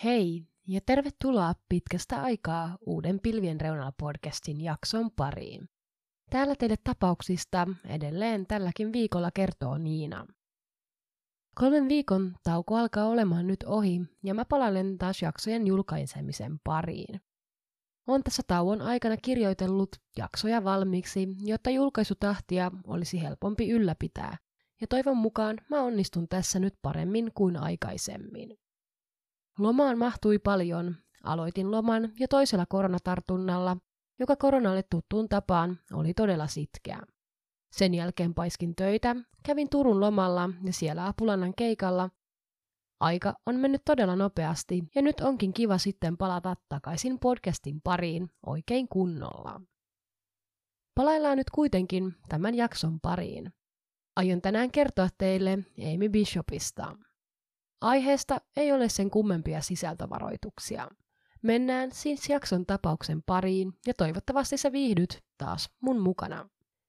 Hei ja tervetuloa pitkästä aikaa uuden Pilvien reunalla podcastin jakson pariin. Täällä teille tapauksista edelleen tälläkin viikolla kertoo Niina. 3 viikon tauko alkaa olemaan nyt ohi ja mä palailen taas jaksojen julkaisemisen pariin. Olen tässä tauon aikana kirjoitellut jaksoja valmiiksi, jotta julkaisutahtia olisi helpompi ylläpitää, ja toivon mukaan mä onnistun tässä nyt paremmin kuin aikaisemmin. Lomaan mahtui paljon. Aloitin loman jo toisella koronatartunnalla, joka koronalle tuttuun tapaan oli todella sitkeä. Sen jälkeen paiskin töitä, kävin Turun lomalla ja siellä apulannan keikalla. Aika on mennyt todella nopeasti ja nyt onkin kiva sitten palata takaisin podcastin pariin oikein kunnolla. Palaillaan nyt kuitenkin tämän jakson pariin. Aion tänään kertoa teille Amy Bishopista. Aiheesta ei ole sen kummempia sisältövaroituksia. Mennään siis jakson tapauksen pariin ja toivottavasti sä viihdyt taas mun mukana.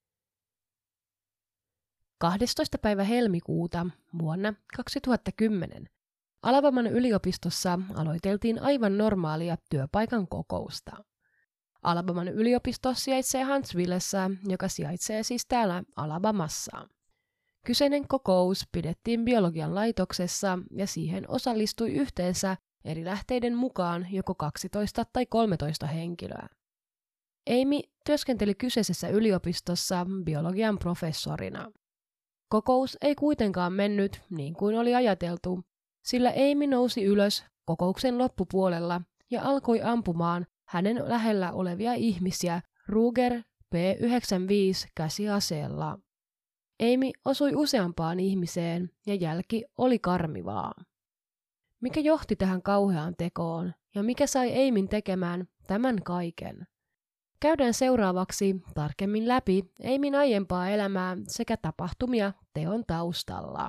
12. päivä helmikuuta vuonna 2010 Alabaman yliopistossa aloiteltiin aivan normaalia työpaikan kokousta. Alabaman yliopisto sijaitsee Huntsvillessä, joka sijaitsee siis täällä Alabamassa. Kyseinen kokous pidettiin biologian laitoksessa ja siihen osallistui yhteensä eri lähteiden mukaan joko 12 tai 13 henkilöä. Amy työskenteli kyseisessä yliopistossa biologian professorina. Kokous ei kuitenkaan mennyt niin kuin oli ajateltu, sillä Amy nousi ylös kokouksen loppupuolella ja alkoi ampumaan hänen lähellä olevia ihmisiä Ruger P95 käsiaseella. Amy osui useampaan ihmiseen ja jälki oli karmivaa. Mikä johti tähän kauheaan tekoon ja mikä sai Amyn tekemään tämän kaiken? Käydään seuraavaksi tarkemmin läpi Amyn aiempaa elämää sekä tapahtumia teon taustalla.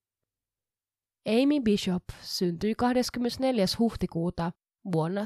Amy Bishop syntyi 24. huhtikuuta vuonna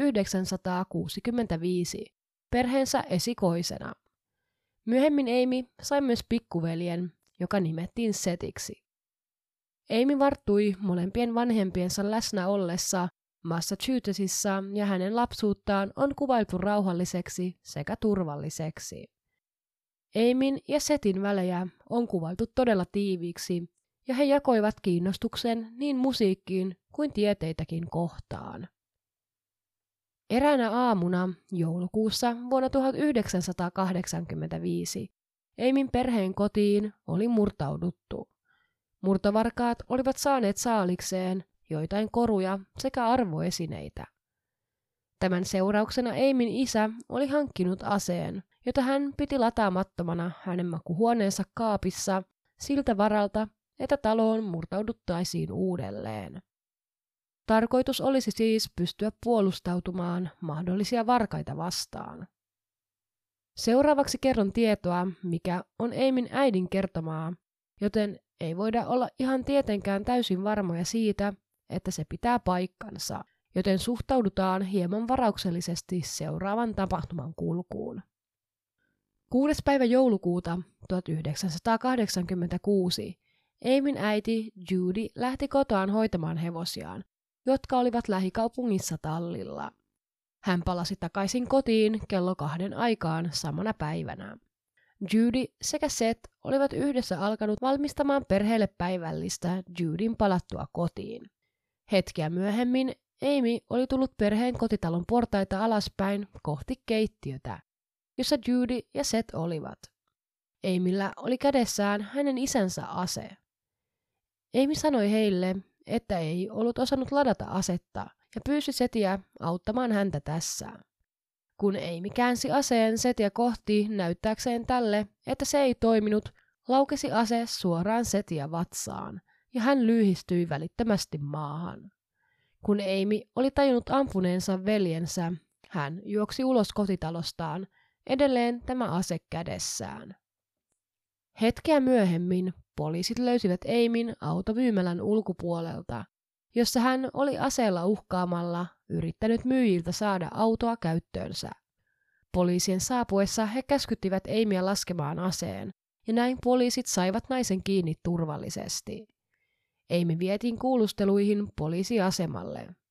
1965 perheensä esikoisena. Myöhemmin Amy sai myös pikkuveljen, joka nimettiin Setiksi. Amy varttui molempien vanhempiensa läsnä ollessa Massachusettsissa ja hänen lapsuuttaan on kuvailtu rauhalliseksi sekä turvalliseksi. Amyn ja Setin välejä on kuvailtu todella tiiviiksi ja he jakoivat kiinnostuksen niin musiikkiin kuin tieteitäkin kohtaan. Eräänä aamuna joulukuussa vuonna 1985 Amyn perheen kotiin oli murtauduttu. Murtovarkaat olivat saaneet saalikseen joitain koruja sekä arvoesineitä. Tämän seurauksena Amyn isä oli hankkinut aseen, jota hän piti lataamattomana hänen makuhuoneensa kaapissa siltä varalta, että taloon murtauduttaisiin uudelleen. Tarkoitus olisi siis pystyä puolustautumaan mahdollisia varkaita vastaan. Seuraavaksi kerron tietoa, mikä on Amyn äidin kertomaa, joten ei voida olla ihan tietenkään täysin varmoja siitä, että se pitää paikkansa, joten suhtaudutaan hieman varauksellisesti seuraavan tapahtuman kulkuun. 6. päivä joulukuuta 1986 Amyn äiti Judy lähti kotoaan hoitamaan hevosiaan, jotka olivat lähikaupungissa tallilla. Hän palasi takaisin kotiin kello 2 aikaan samana päivänä. Judy sekä Seth olivat yhdessä alkanut valmistamaan perheelle päivällistä Judyn palattua kotiin. Hetkeä myöhemmin Amy oli tullut perheen kotitalon portaita alaspäin kohti keittiötä, jossa Judy ja Seth olivat. Amyllä oli kädessään hänen isänsä ase. Amy sanoi heille, että ei ollut osannut ladata asetta ja pyysi Sethiä auttamaan häntä tässä. Kun Amy käänsi aseen Sethiä kohti näyttääkseen tälle, että se ei toiminut, laukesi ase suoraan Sethiä vatsaan ja hän lyyhistyi välittömästi maahan. Kun Amy oli tajunnut ampuneensa veljensä, hän juoksi ulos kotitalostaan, edelleen tämä ase kädessään. Hetkeä myöhemmin poliisit löysivät Amyn automyymälän ulkopuolelta, jossa hän oli aseella uhkaamalla yrittänyt myyjiltä saada autoa käyttöönsä. Poliisien saapuessa he käskyttivät Amyä laskemaan aseen, ja näin poliisit saivat naisen kiinni turvallisesti. Amy vietiin kuulusteluihin poliisiasemalle.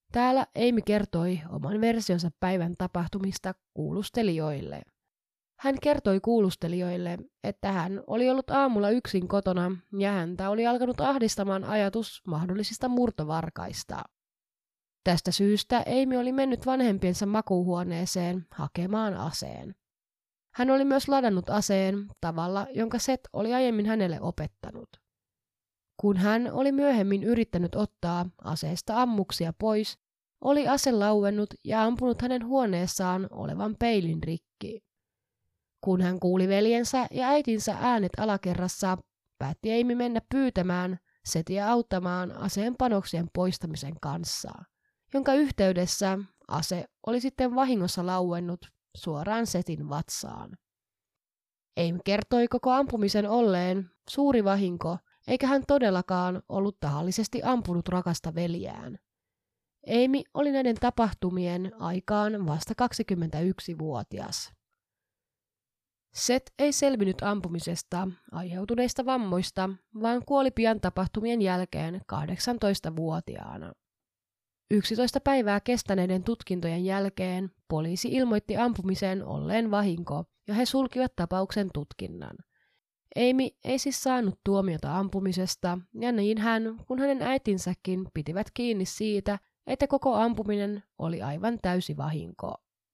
Täällä Amy kertoi oman versionsa päivän tapahtumista kuulustelijoille. Hän kertoi kuulustelijoille, että hän oli ollut aamulla yksin kotona ja häntä oli alkanut ahdistamaan ajatus mahdollisista murtovarkaista. Tästä syystä Amy oli mennyt vanhempiensa makuuhuoneeseen hakemaan aseen. Hän oli myös ladannut aseen tavalla, jonka Seth oli aiemmin hänelle opettanut. Kun hän oli myöhemmin yrittänyt ottaa aseesta ammuksia pois, oli ase lauennut ja ampunut hänen huoneessaan olevan peilin rikki. Kun hän kuuli veljensä ja äitinsä äänet alakerrassa, päätti Amy mennä pyytämään Sethia auttamaan aseen panoksien poistamisen kanssa, jonka yhteydessä ase oli sitten vahingossa lauennut suoraan Sethin vatsaan. Amy kertoi koko ampumisen olleen suuri vahinko, eikä hän todellakaan ollut tahallisesti ampunut rakasta veljään. Amy oli näiden tapahtumien aikaan vasta 21-vuotias. Seth ei selvinnyt ampumisesta aiheutuneista vammoista, vaan kuoli pian tapahtumien jälkeen 18-vuotiaana. 11 päivää kestäneiden tutkintojen jälkeen poliisi ilmoitti ampumisen olleen vahinko ja he sulkivat tapauksen tutkinnan. Amy ei siis saanut tuomiota ampumisesta ja niin hän kuin hänen äitinsäkin pitivät kiinni siitä, että koko ampuminen oli aivan täysi vahinko.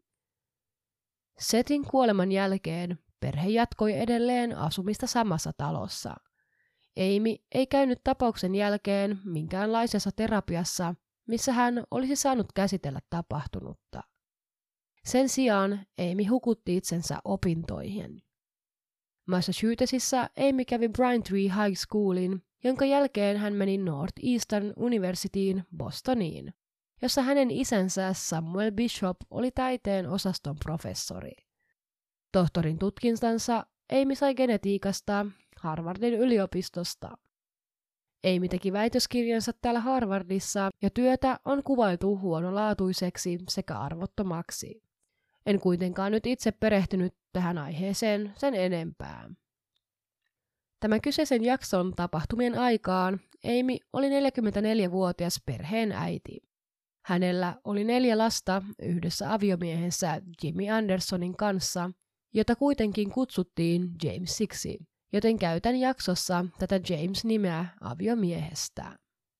Sethin kuoleman jälkeen perhe jatkoi edelleen asumista samassa talossa. Amy ei käynyt tapauksen jälkeen minkäänlaisessa terapiassa, missä hän olisi saanut käsitellä tapahtunutta. Sen sijaan Amy hukutti itsensä opintoihin. Massachusettsissa Amy kävi Braintree High Schoolin, jonka jälkeen hän meni Northeastern Universityin Bostoniin, jossa hänen isänsä Samuel Bishop oli taiteen osaston professori. Tohtorin tutkintansa Amy sai genetiikasta Harvardin yliopistosta. Amy teki väitöskirjansa täällä Harvardissa ja työtä on kuvailtu huonolaatuiseksi sekä arvottomaksi. En kuitenkaan nyt itse perehtynyt tähän aiheeseen sen enempää. Tämän kyseisen jakson tapahtumien aikaan Amy oli 44-vuotias perheen äiti. Hänellä oli 4 lasta yhdessä aviomiehensä Jimmy Andersonin kanssa, jota kuitenkin kutsuttiin Jamesiksi, joten käytän jaksossa tätä James-nimeä aviomiehestä.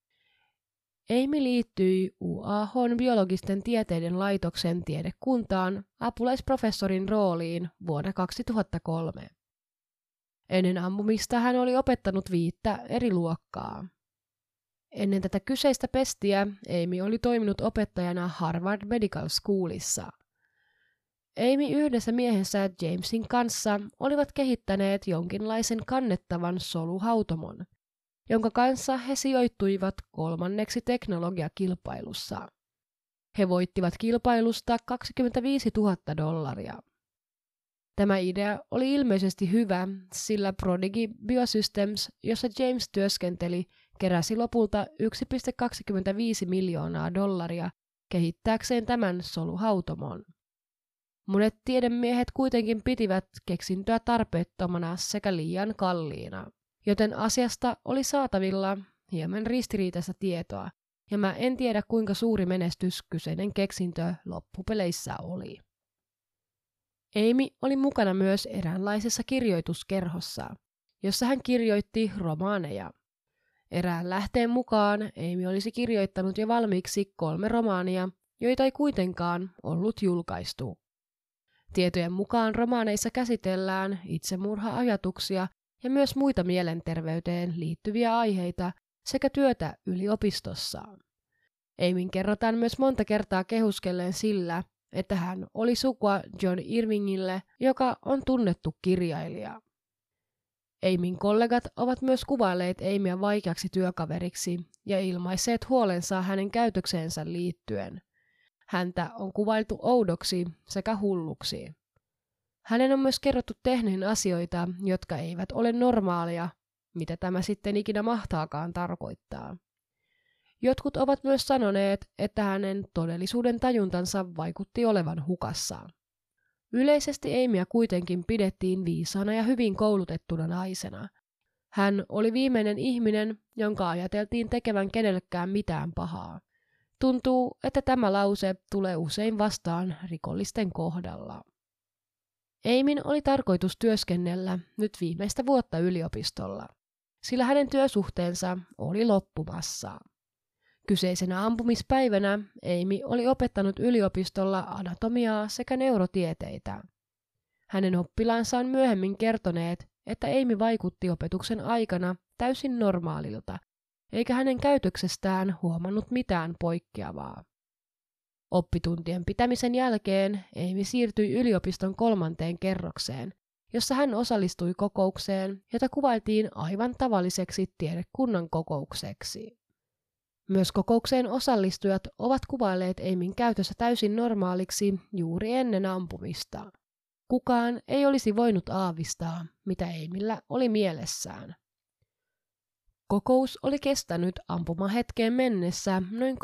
Amy liittyi UAH:n biologisten tieteiden laitoksen tiedekuntaan apulaisprofessorin rooliin vuonna 2003. Ennen ampumista hän oli opettanut 5 eri luokkaa. Ennen tätä kyseistä pestiä Amy oli toiminut opettajana Harvard Medical Schoolissa. Amy yhdessä miehensä Jamesin kanssa olivat kehittäneet jonkinlaisen kannettavan soluhautomon, jonka kanssa he sijoittuivat 3. teknologiakilpailussa. He voittivat kilpailusta $25 000. Tämä idea oli ilmeisesti hyvä, sillä Prodigy Biosystems, jossa James työskenteli, keräsi lopulta $1,25 miljoonaa kehittääkseen tämän soluhautomon. Monet tiedemiehet kuitenkin pitivät keksintöä tarpeettomana sekä liian kalliina, joten asiasta oli saatavilla hieman ristiriitaista tietoa, ja mä en tiedä kuinka suuri menestys kyseinen keksintö loppupeleissä oli. Amy oli mukana myös eräänlaisessa kirjoituskerhossa, jossa hän kirjoitti romaaneja. Erään lähteen mukaan Amy olisi kirjoittanut jo valmiiksi 3 romaania, joita ei kuitenkaan ollut julkaistu. Tietojen mukaan romaaneissa käsitellään itsemurha-ajatuksia ja myös muita mielenterveyteen liittyviä aiheita sekä työtä yliopistossa. Amyn kerrotaan myös monta kertaa kehuskelleen sillä, että hän oli sukua John Irvingille, joka on tunnettu kirjailija. Amyn kollegat ovat myös kuvailleet Amyä vaikeaksi työkaveriksi ja ilmaisseet huolensa hänen käytökseensä liittyen. Häntä on kuvailtu oudoksi sekä hulluksi. Hänen on myös kerrottu tehneen asioita, jotka eivät ole normaalia, mitä tämä sitten ikinä mahtaakaan tarkoittaa. Jotkut ovat myös sanoneet, että hänen todellisuuden tajuntansa vaikutti olevan hukassa. Yleisesti Amyä kuitenkin pidettiin viisaana ja hyvin koulutettuna naisena. Hän oli viimeinen ihminen, jonka ajateltiin tekevän kenellekään mitään pahaa. Tuntuu, että tämä lause tulee usein vastaan rikollisten kohdalla. Amyn oli tarkoitus työskennellä nyt viimeistä vuotta yliopistolla, sillä hänen työsuhteensa oli loppumassa. Kyseisenä ampumispäivänä Amy oli opettanut yliopistolla anatomiaa sekä neurotieteitä. Hänen oppilaansa on myöhemmin kertoneet, että Amy vaikutti opetuksen aikana täysin normaalilta, eikä hänen käytöksestään huomannut mitään poikkeavaa. Oppituntien pitämisen jälkeen Amy siirtyi yliopiston 3. kerrokseen, jossa hän osallistui kokoukseen, jota kuvailtiin aivan tavalliseksi tiedekunnan kokoukseksi. Myös kokoukseen osallistujat ovat kuvailleet Amyn käytössä täysin normaaliksi juuri ennen ampumista. Kukaan ei olisi voinut aavistaa, mitä Amyllä oli mielessään. Kokous oli kestänyt ampumahetkeen mennessä noin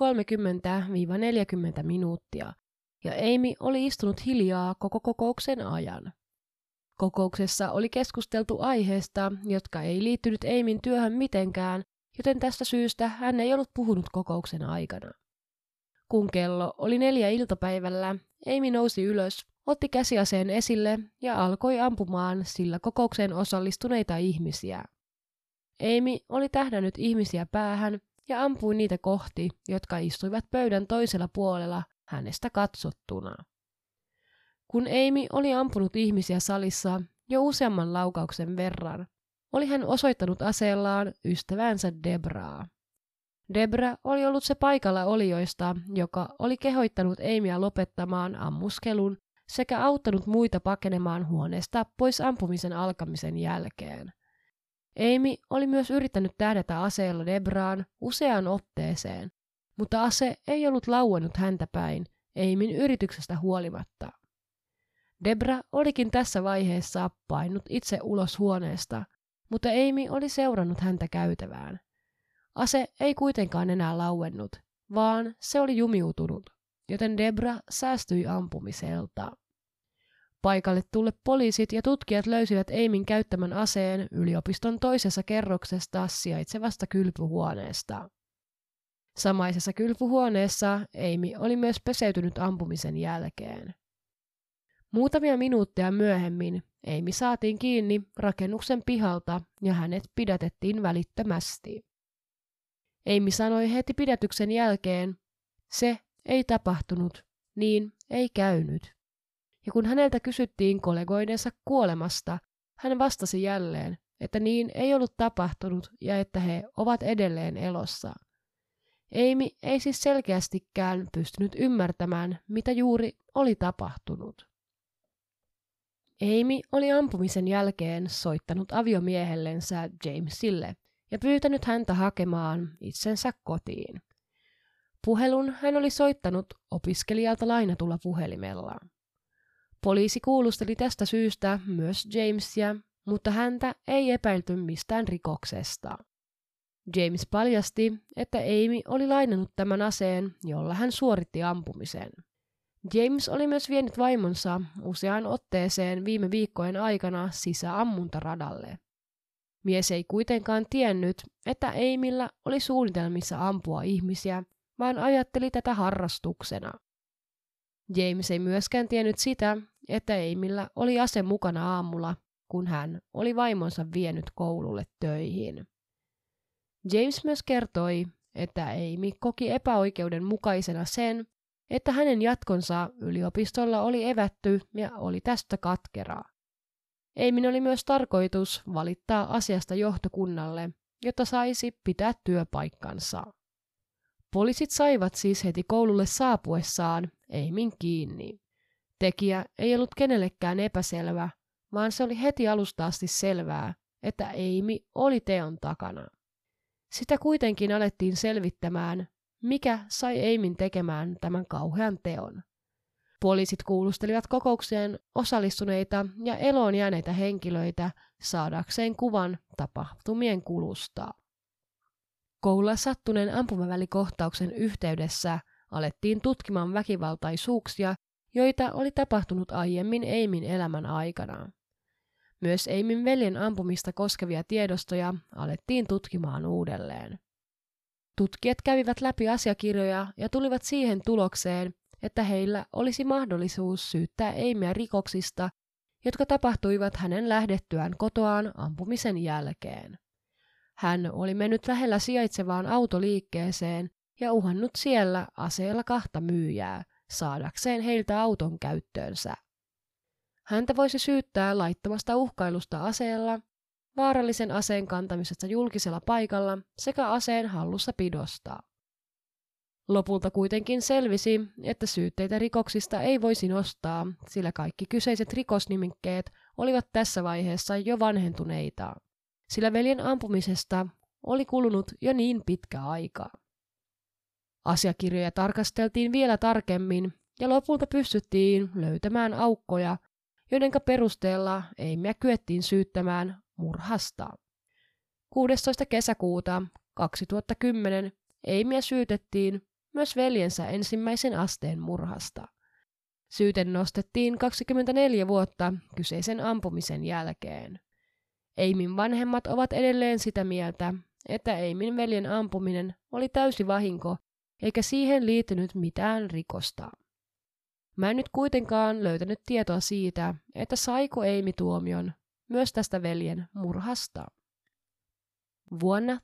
30–40 minuuttia, ja Amy oli istunut hiljaa koko kokouksen ajan. Kokouksessa oli keskusteltu aiheesta, jotka ei liittynyt Amyn työhön mitenkään, joten tästä syystä hän ei ollut puhunut kokouksen aikana. Kun kello oli 4 iltapäivällä, Amy nousi ylös, otti käsiaseen esille ja alkoi ampumaan sillä kokoukseen osallistuneita ihmisiä. Amy oli tähdännyt ihmisiä päähän ja ampui niitä kohti, jotka istuivat pöydän toisella puolella hänestä katsottuna. Kun Amy oli ampunut ihmisiä salissa jo useamman laukauksen verran, oli hän osoittanut aseellaan ystävänsä Debraa. Debra oli ollut se paikalla olijoista, joka oli kehottanut Amyä lopettamaan ammuskelun sekä auttanut muita pakenemaan huoneesta pois ampumisen alkamisen jälkeen. Amy oli myös yrittänyt tähdätä aseella Debraan useaan otteeseen, mutta ase ei ollut lauennut häntä päin, Amyn yrityksestä huolimatta. Debra olikin tässä vaiheessa painut itse ulos huoneesta, mutta Amy oli seurannut häntä käytävään. Ase ei kuitenkaan enää lauennut, vaan se oli jumiutunut, joten Debra säästyi ampumiselta. Paikalle tulleet poliisit ja tutkijat löysivät Amyn käyttämän aseen yliopiston toisessa kerroksesta sijaitsevasta kylpyhuoneesta. Samaisessa kylpyhuoneessa Amy oli myös peseytynyt ampumisen jälkeen. Muutamia minuutteja myöhemmin Amy saatiin kiinni rakennuksen pihalta ja hänet pidätettiin välittömästi. Amy sanoi heti pidätyksen jälkeen, se ei tapahtunut, niin ei käynyt. Ja kun häneltä kysyttiin kollegoidensa kuolemasta, hän vastasi jälleen, että niin ei ollut tapahtunut ja että he ovat edelleen elossa. Amy ei siis selkeästikään pystynyt ymmärtämään, mitä juuri oli tapahtunut. Amy oli ampumisen jälkeen soittanut aviomiehellensä Jamesille ja pyytänyt häntä hakemaan itsensä kotiin. Puhelun hän oli soittanut opiskelijalta lainatulla puhelimella. Poliisi kuulusteli tästä syystä myös Jamesia, mutta häntä ei epäilty mistään rikoksesta. James paljasti, että Amy oli lainannut tämän aseen, jolla hän suoritti ampumisen. James oli myös vienyt vaimonsa useaan otteeseen viime viikkojen aikana sisäammuntaradalle. Mies ei kuitenkaan tiennyt, että Amyllä oli suunnitelmissa ampua ihmisiä, vaan ajatteli tätä harrastuksena. James ei myöskään tiennyt sitä, että Amyllä oli ase mukana aamulla, kun hän oli vaimonsa vienyt koululle töihin. James myös kertoi, että Amy koki epäoikeudenmukaisena sen, että hänen jatkonsa yliopistolla oli evätty ja oli tästä katkera. Amyn oli myös tarkoitus valittaa asiasta johtokunnalle, jotta saisi pitää työpaikkansa. Poliisit saivat siis heti koululle saapuessaan Amyn kiinni. Tekijä ei ollut kenellekään epäselvä, vaan se oli heti alusta asti selvää, että Amy oli teon takana. Sitä kuitenkin alettiin selvittämään, mikä sai Amyn tekemään tämän kauhean teon. Poliisit kuulustelivat kokoukseen osallistuneita ja eloon jääneitä henkilöitä saadakseen kuvan tapahtumien kulusta. Koululla sattuneen ampumavälikohtauksen yhteydessä alettiin tutkimaan väkivaltaisuuksia, joita oli tapahtunut aiemmin Amyn elämän aikana. Myös Amyn veljen ampumista koskevia tiedostoja alettiin tutkimaan uudelleen. Tutkijat kävivät läpi asiakirjoja ja tulivat siihen tulokseen, että heillä olisi mahdollisuus syyttää Amyä rikoksista, jotka tapahtuivat hänen lähdettyään kotoaan ampumisen jälkeen. Hän oli mennyt lähellä sijaitsevaan autoliikkeeseen ja uhannut siellä aseella 2 myyjää, saadakseen heiltä auton käyttöönsä. Häntä voisi syyttää laittomasta uhkailusta aseella, vaarallisen aseen kantamisesta julkisella paikalla sekä aseen hallussapidosta. Lopulta kuitenkin selvisi, että syytteitä rikoksista ei voisi nostaa, sillä kaikki kyseiset rikosnimikkeet olivat tässä vaiheessa jo vanhentuneita, sillä veljen ampumisesta oli kulunut jo niin pitkä aika. Asiakirjoja tarkasteltiin vielä tarkemmin ja lopulta pystyttiin löytämään aukkoja, joidenka perusteella Amyä kyettiin syyttämään murhasta. 16. kesäkuuta 2010 Amyä syytettiin myös veljensä ensimmäisen asteen murhasta. Syyte nostettiin 24 vuotta kyseisen ampumisen jälkeen. Amyn vanhemmat ovat edelleen sitä mieltä, että Amyn veljen ampuminen oli täysi vahinko, eikä siihen liittynyt mitään rikosta. Mä en nyt kuitenkaan löytänyt tietoa siitä, että saiko Amy tuomion myös tästä veljen murhasta. Vuonna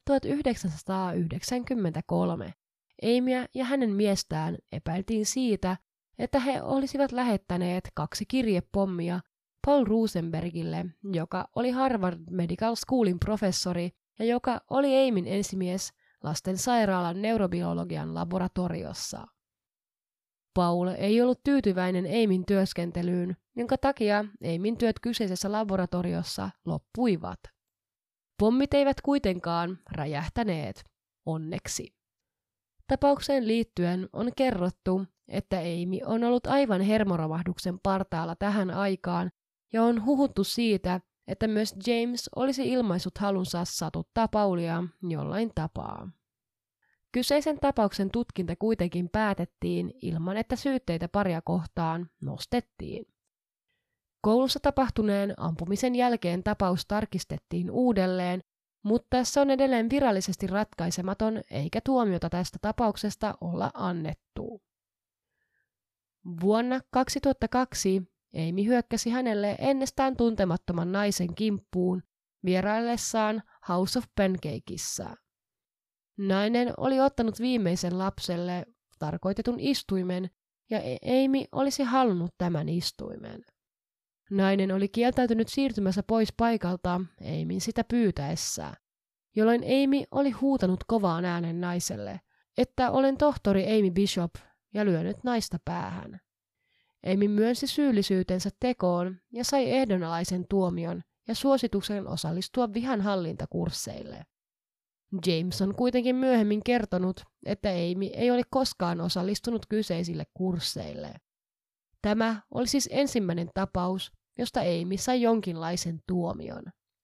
1993 Amyä ja hänen miestään epäiltiin siitä, että he olisivat lähettäneet 2 kirjepommia Paul Rosenbergille, joka oli Harvard Medical Schoolin professori ja joka oli Amyn ensimies lastensairaalan neurobiologian laboratoriossa. Paul ei ollut tyytyväinen Amyn työskentelyyn, jonka takia Amyn työt kyseisessä laboratoriossa loppuivat. Pommit eivät kuitenkaan räjähtäneet, onneksi. Tapaukseen liittyen on kerrottu, että Amy on ollut aivan hermoromahduksen partaalla tähän aikaan ja on huhuttu siitä, että myös James olisi ilmaissut halunsa satuttaa Paulia jollain tapaa. Kyseisen tapauksen tutkinta kuitenkin päätettiin ilman, että syytteitä paria kohtaan nostettiin. Koulussa tapahtuneen ampumisen jälkeen tapaus tarkistettiin uudelleen, mutta se on edelleen virallisesti ratkaisematon eikä tuomiota tästä tapauksesta olla annettu. Vuonna 2002 Amy hyökkäsi hänelle ennestään tuntemattoman naisen kimppuun vieraillessaan House of Pancakeissa. Nainen oli ottanut viimeisen lapselle tarkoitetun istuimen ja Amy olisi halunnut tämän istuimen. Nainen oli kieltäytynyt siirtymässä pois paikalta Amyn sitä pyytäessä, jolloin Amy oli huutanut kovaan äänen naiselle, että olen tohtori Amy Bishop ja lyönyt naista päähän. Amy myönsi syyllisyytensä tekoon ja sai ehdonalaisen tuomion ja suosituksen osallistua vihanhallintakursseille. James on kuitenkin myöhemmin kertonut, että Amy ei ole koskaan osallistunut kyseisille kursseille. Tämä oli siis ensimmäinen tapaus, josta Amy sai jonkinlaisen tuomion.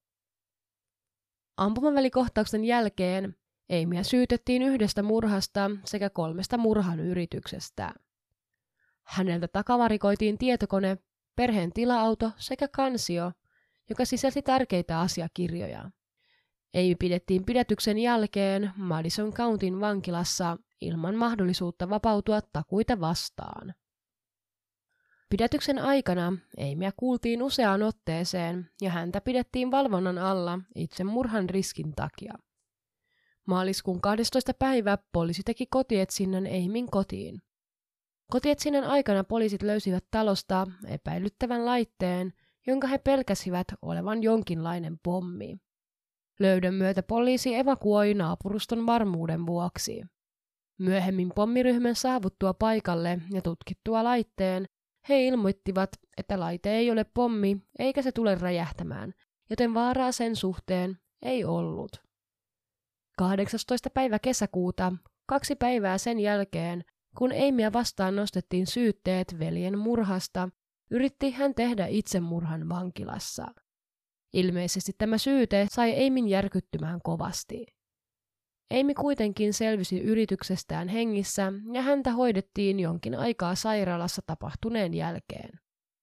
Ampumavälikohtauksen jälkeen Amyä syytettiin 1 murhasta sekä 3 murhan yrityksestä. Häneltä takavarikoitiin tietokone, perheen tila-auto sekä kansio, joka sisälsi tärkeitä asiakirjoja. Amy pidettiin pidätyksen jälkeen Madison Countyn vankilassa ilman mahdollisuutta vapautua takuita vastaan. Pidätyksen aikana Amyä kuultiin useaan otteeseen ja häntä pidettiin valvonnan alla itsemurhan riskin takia. Maaliskuun 12. päivä poliisi teki kotietsinnän Amyn kotiin. Kotietsinnän aikana poliisit löysivät talosta epäilyttävän laitteen, jonka he pelkäsivät olevan jonkinlainen pommi. Löydön myötä poliisi evakuoi naapuruston varmuuden vuoksi. Myöhemmin pommiryhmän saavuttua paikalle ja tutkittua laitteen, he ilmoittivat, että laite ei ole pommi eikä se tule räjähtämään, joten vaaraa sen suhteen ei ollut. 18. päivä kesäkuuta, 2 päivää sen jälkeen, kun Amyä vastaan nostettiin syytteet veljen murhasta, yritti hän tehdä itsemurhan vankilassa. Ilmeisesti tämä syyte sai Amyn järkyttymään kovasti. Amy kuitenkin selvisi yrityksestään hengissä ja häntä hoidettiin jonkin aikaa sairaalassa tapahtuneen jälkeen.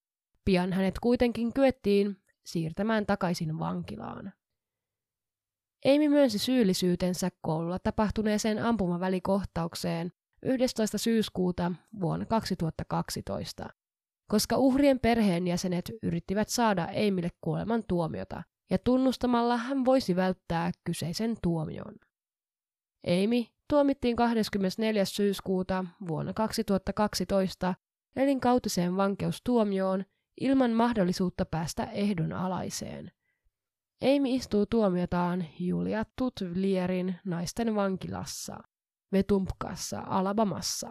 Pian hänet kuitenkin kyettiin siirtämään takaisin vankilaan. Amy myönsi syyllisyytensä koululla tapahtuneeseen ampumavälikohtaukseen 11. syyskuuta vuonna 2012, koska uhrien perheenjäsenet yrittivät saada Amylle kuoleman tuomiota, ja tunnustamalla hän voisi välttää kyseisen tuomion. Amy tuomittiin 24. syyskuuta vuonna 2012 elinkautiseen vankeustuomioon ilman mahdollisuutta päästä ehdonalaiseen. Amy istuu tuomiotaan Julia Tutvillerin naisten vankilassa, Wetumpkassa, Alabamassa.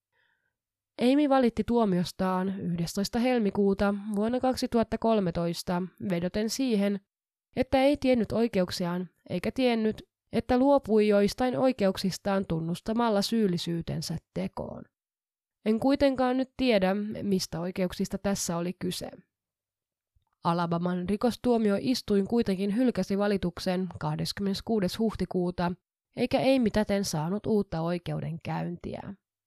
Amy valitti tuomiostaan 11. helmikuuta vuonna 2013 vedoten siihen, että ei tiennyt oikeuksiaan eikä tiennyt, että luopui joistain oikeuksistaan tunnustamalla syyllisyytensä tekoon. En kuitenkaan nyt tiedä, mistä oikeuksista tässä oli kyse. Alabaman rikostuomioistuin kuitenkin hylkäsi valituksen 26. huhtikuuta, eikä Amy täten saanut uutta oikeudenkäyntiä.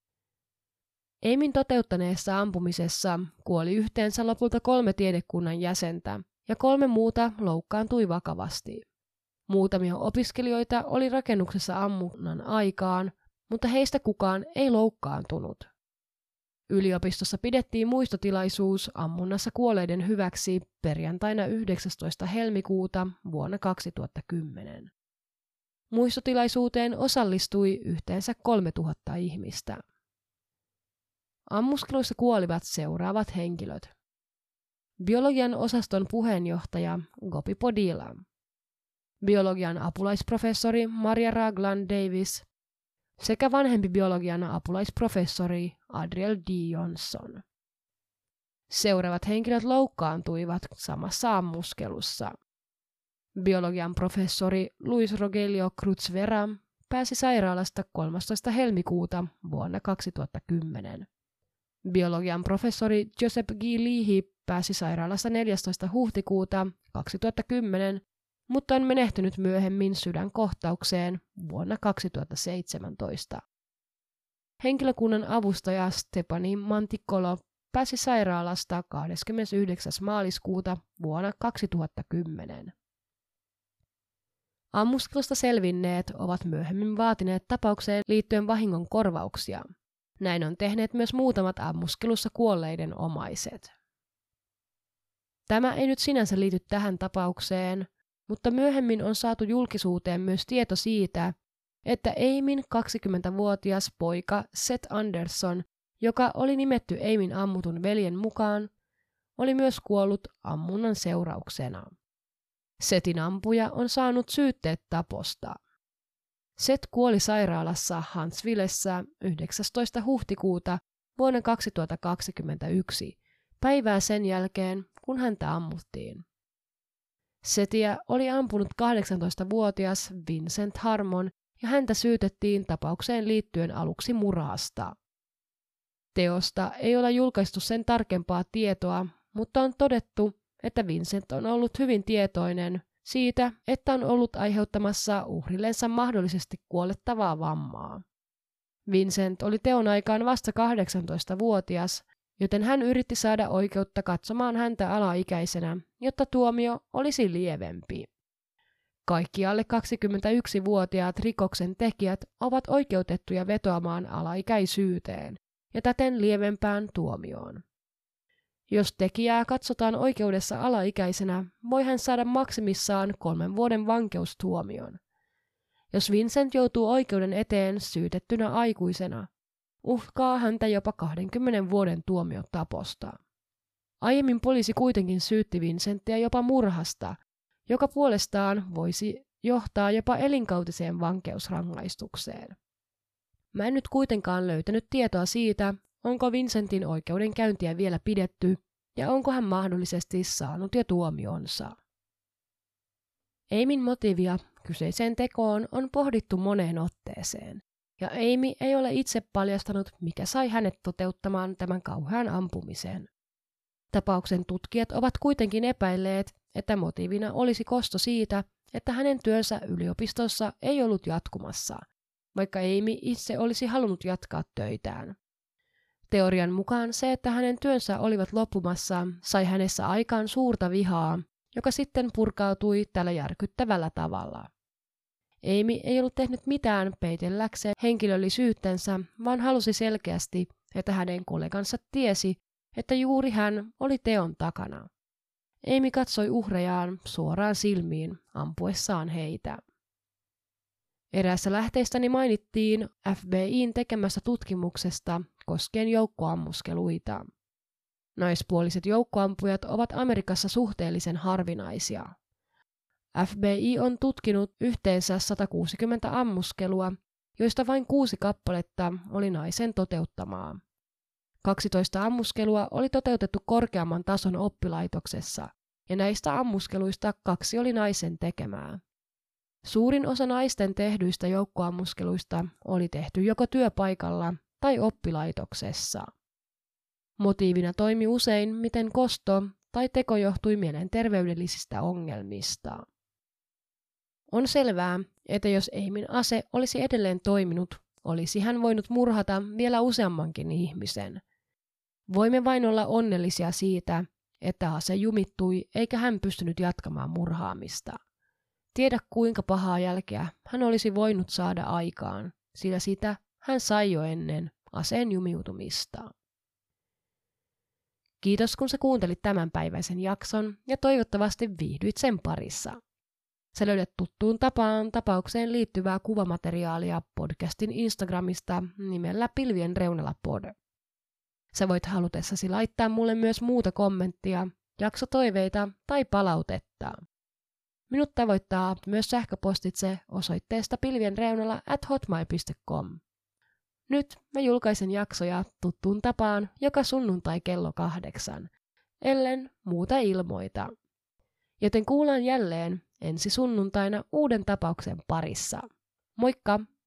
Amyn toteuttaneessa ampumisessa kuoli yhteensä lopulta 3 tiedekunnan jäsentä ja 3 muuta loukkaantui vakavasti. Muutamia opiskelijoita oli rakennuksessa ammunnan aikaan, mutta heistä kukaan ei loukkaantunut. Yliopistossa pidettiin muistotilaisuus ammunnassa kuolleiden hyväksi perjantaina 19. helmikuuta vuonna 2010. Muistotilaisuuteen osallistui yhteensä 3000 ihmistä. Ammuskeluissa kuolivat seuraavat henkilöt. Biologian osaston puheenjohtaja Gopi Podila. Biologian apulaisprofessori Maria Ragland Davis sekä vanhempi biologian apulaisprofessori Adriel D. Johnson. Seuraavat henkilöt loukkaantuivat samassa ammuskelussa. Biologian professori Luis Rogelio Cruz-Vera pääsi sairaalasta 13. helmikuuta vuonna 2010. Biologian professori Joseph G. Leahy pääsi sairaalasta 14. huhtikuuta 2010, mutta on menehtynyt myöhemmin sydänkohtaukseen vuonna 2017. Henkilökunnan avustaja Stepani Mantikolo pääsi sairaalasta 29. maaliskuuta vuonna 2010. Ammuskelusta selvinneet ovat myöhemmin vaatineet tapaukseen liittyen vahingon korvauksia. Näin on tehneet myös muutamat ammuskelussa kuolleiden omaiset. Tämä ei nyt sinänsä liity tähän tapaukseen, mutta myöhemmin on saatu julkisuuteen myös tieto siitä, että Amyn 20-vuotias poika Seth Anderson, joka oli nimetty Amyn ammutun veljen mukaan, oli myös kuollut ammunnan seurauksena. Sethin ampuja on saanut syytteet taposta. Seth kuoli sairaalassa Huntsvillessä 19. huhtikuuta vuonna 2021, päivää sen jälkeen, kun häntä ammuttiin. Sethiä oli ampunut 18-vuotias Vincent Harmon ja häntä syytettiin tapaukseen liittyen aluksi murhasta. Teosta ei ole julkaistu sen tarkempaa tietoa, mutta on todettu, että Vincent on ollut hyvin tietoinen siitä, että on ollut aiheuttamassa uhrillensa mahdollisesti kuolettavaa vammaa. Vincent oli teon aikaan vasta 18-vuotias, joten hän yritti saada oikeutta katsomaan häntä alaikäisenä, jotta tuomio olisi lievempi. Kaikki alle 21-vuotiaat rikoksen tekijät ovat oikeutettuja vetoamaan alaikäisyyteen ja täten lievempään tuomioon. Jos tekijää katsotaan oikeudessa alaikäisenä, voi hän saada maksimissaan 3 vuoden vankeustuomion. Jos Vincent joutuu oikeuden eteen syytettynä aikuisena, uhkaa häntä jopa 20 vuoden tuomio taposta. Aiemmin poliisi kuitenkin syytti Vincenttiä jopa murhasta, joka puolestaan voisi johtaa jopa elinkautiseen vankeusrangaistukseen. Mä en nyt kuitenkaan löytänyt tietoa siitä, onko Vincentin oikeudenkäyntiä vielä pidetty ja onko hän mahdollisesti saanut jo tuomionsa. Amyn motiivia kyseiseen tekoon on pohdittu moneen otteeseen, ja Amy ei ole itse paljastanut, mikä sai hänet toteuttamaan tämän kauhean ampumisen. Tapauksen tutkijat ovat kuitenkin epäilleet, että motiivina olisi kosto siitä, että hänen työnsä yliopistossa ei ollut jatkumassa, vaikka Amy itse olisi halunnut jatkaa töitään. Teorian mukaan se, että hänen työnsä olivat loppumassa, sai hänessä aikaan suurta vihaa, joka sitten purkautui tällä järkyttävällä tavalla. Amy ei ollut tehnyt mitään peitelläkseen henkilöllisyytensä, vaan halusi selkeästi, että hänen kollegansa tiesi, että juuri hän oli teon takana. Amy katsoi uhrejaan suoraan silmiin ampuessaan heitä. Eräässä lähteistäni mainittiin FBI:n tekemästä tutkimuksesta koskien joukkoammuskeluita. Naispuoliset joukkoampujat ovat Amerikassa suhteellisen harvinaisia. FBI on tutkinut yhteensä 160 ammuskelua, joista vain 6 kappaletta oli naisen toteuttamaa. 12 ammuskelua oli toteutettu korkeamman tason oppilaitoksessa, ja näistä ammuskeluista 2 oli naisen tekemää. Suurin osa naisten tehdyistä joukkoammuskeluista oli tehty joko työpaikalla tai oppilaitoksessa. Motiivina toimi usein, miten kosto tai teko johtui mielenterveydellisistä ongelmista. On selvää, että jos Amyn ase olisi edelleen toiminut, olisi hän voinut murhata vielä useammankin ihmisen. Voimme vain olla onnellisia siitä, että ase jumittui eikä hän pystynyt jatkamaan murhaamista. Tiedä kuinka pahaa jälkeä hän olisi voinut saada aikaan, sillä sitä hän sai jo ennen aseen jumiutumista. Kiitos kun sä kuuntelit tämänpäiväisen jakson ja toivottavasti viihdyit sen parissa. Sä löydät tuttuun tapaan tapaukseen liittyvää kuvamateriaalia podcastin Instagramista nimellä Pilvien reunalla pod. Sä voit halutessasi laittaa mulle myös muuta kommenttia, jaksotoiveita tai palautetta. Minut tavoittaa myös sähköpostitse osoitteesta pilvienreunalla@hotmail.com. Nyt mä julkaisen jaksoja tuttuun tapaan joka sunnuntai kello 8, ellen muuta ilmoita. Joten kuullaan jälleen ensi sunnuntaina uuden tapauksen parissa. Moikka!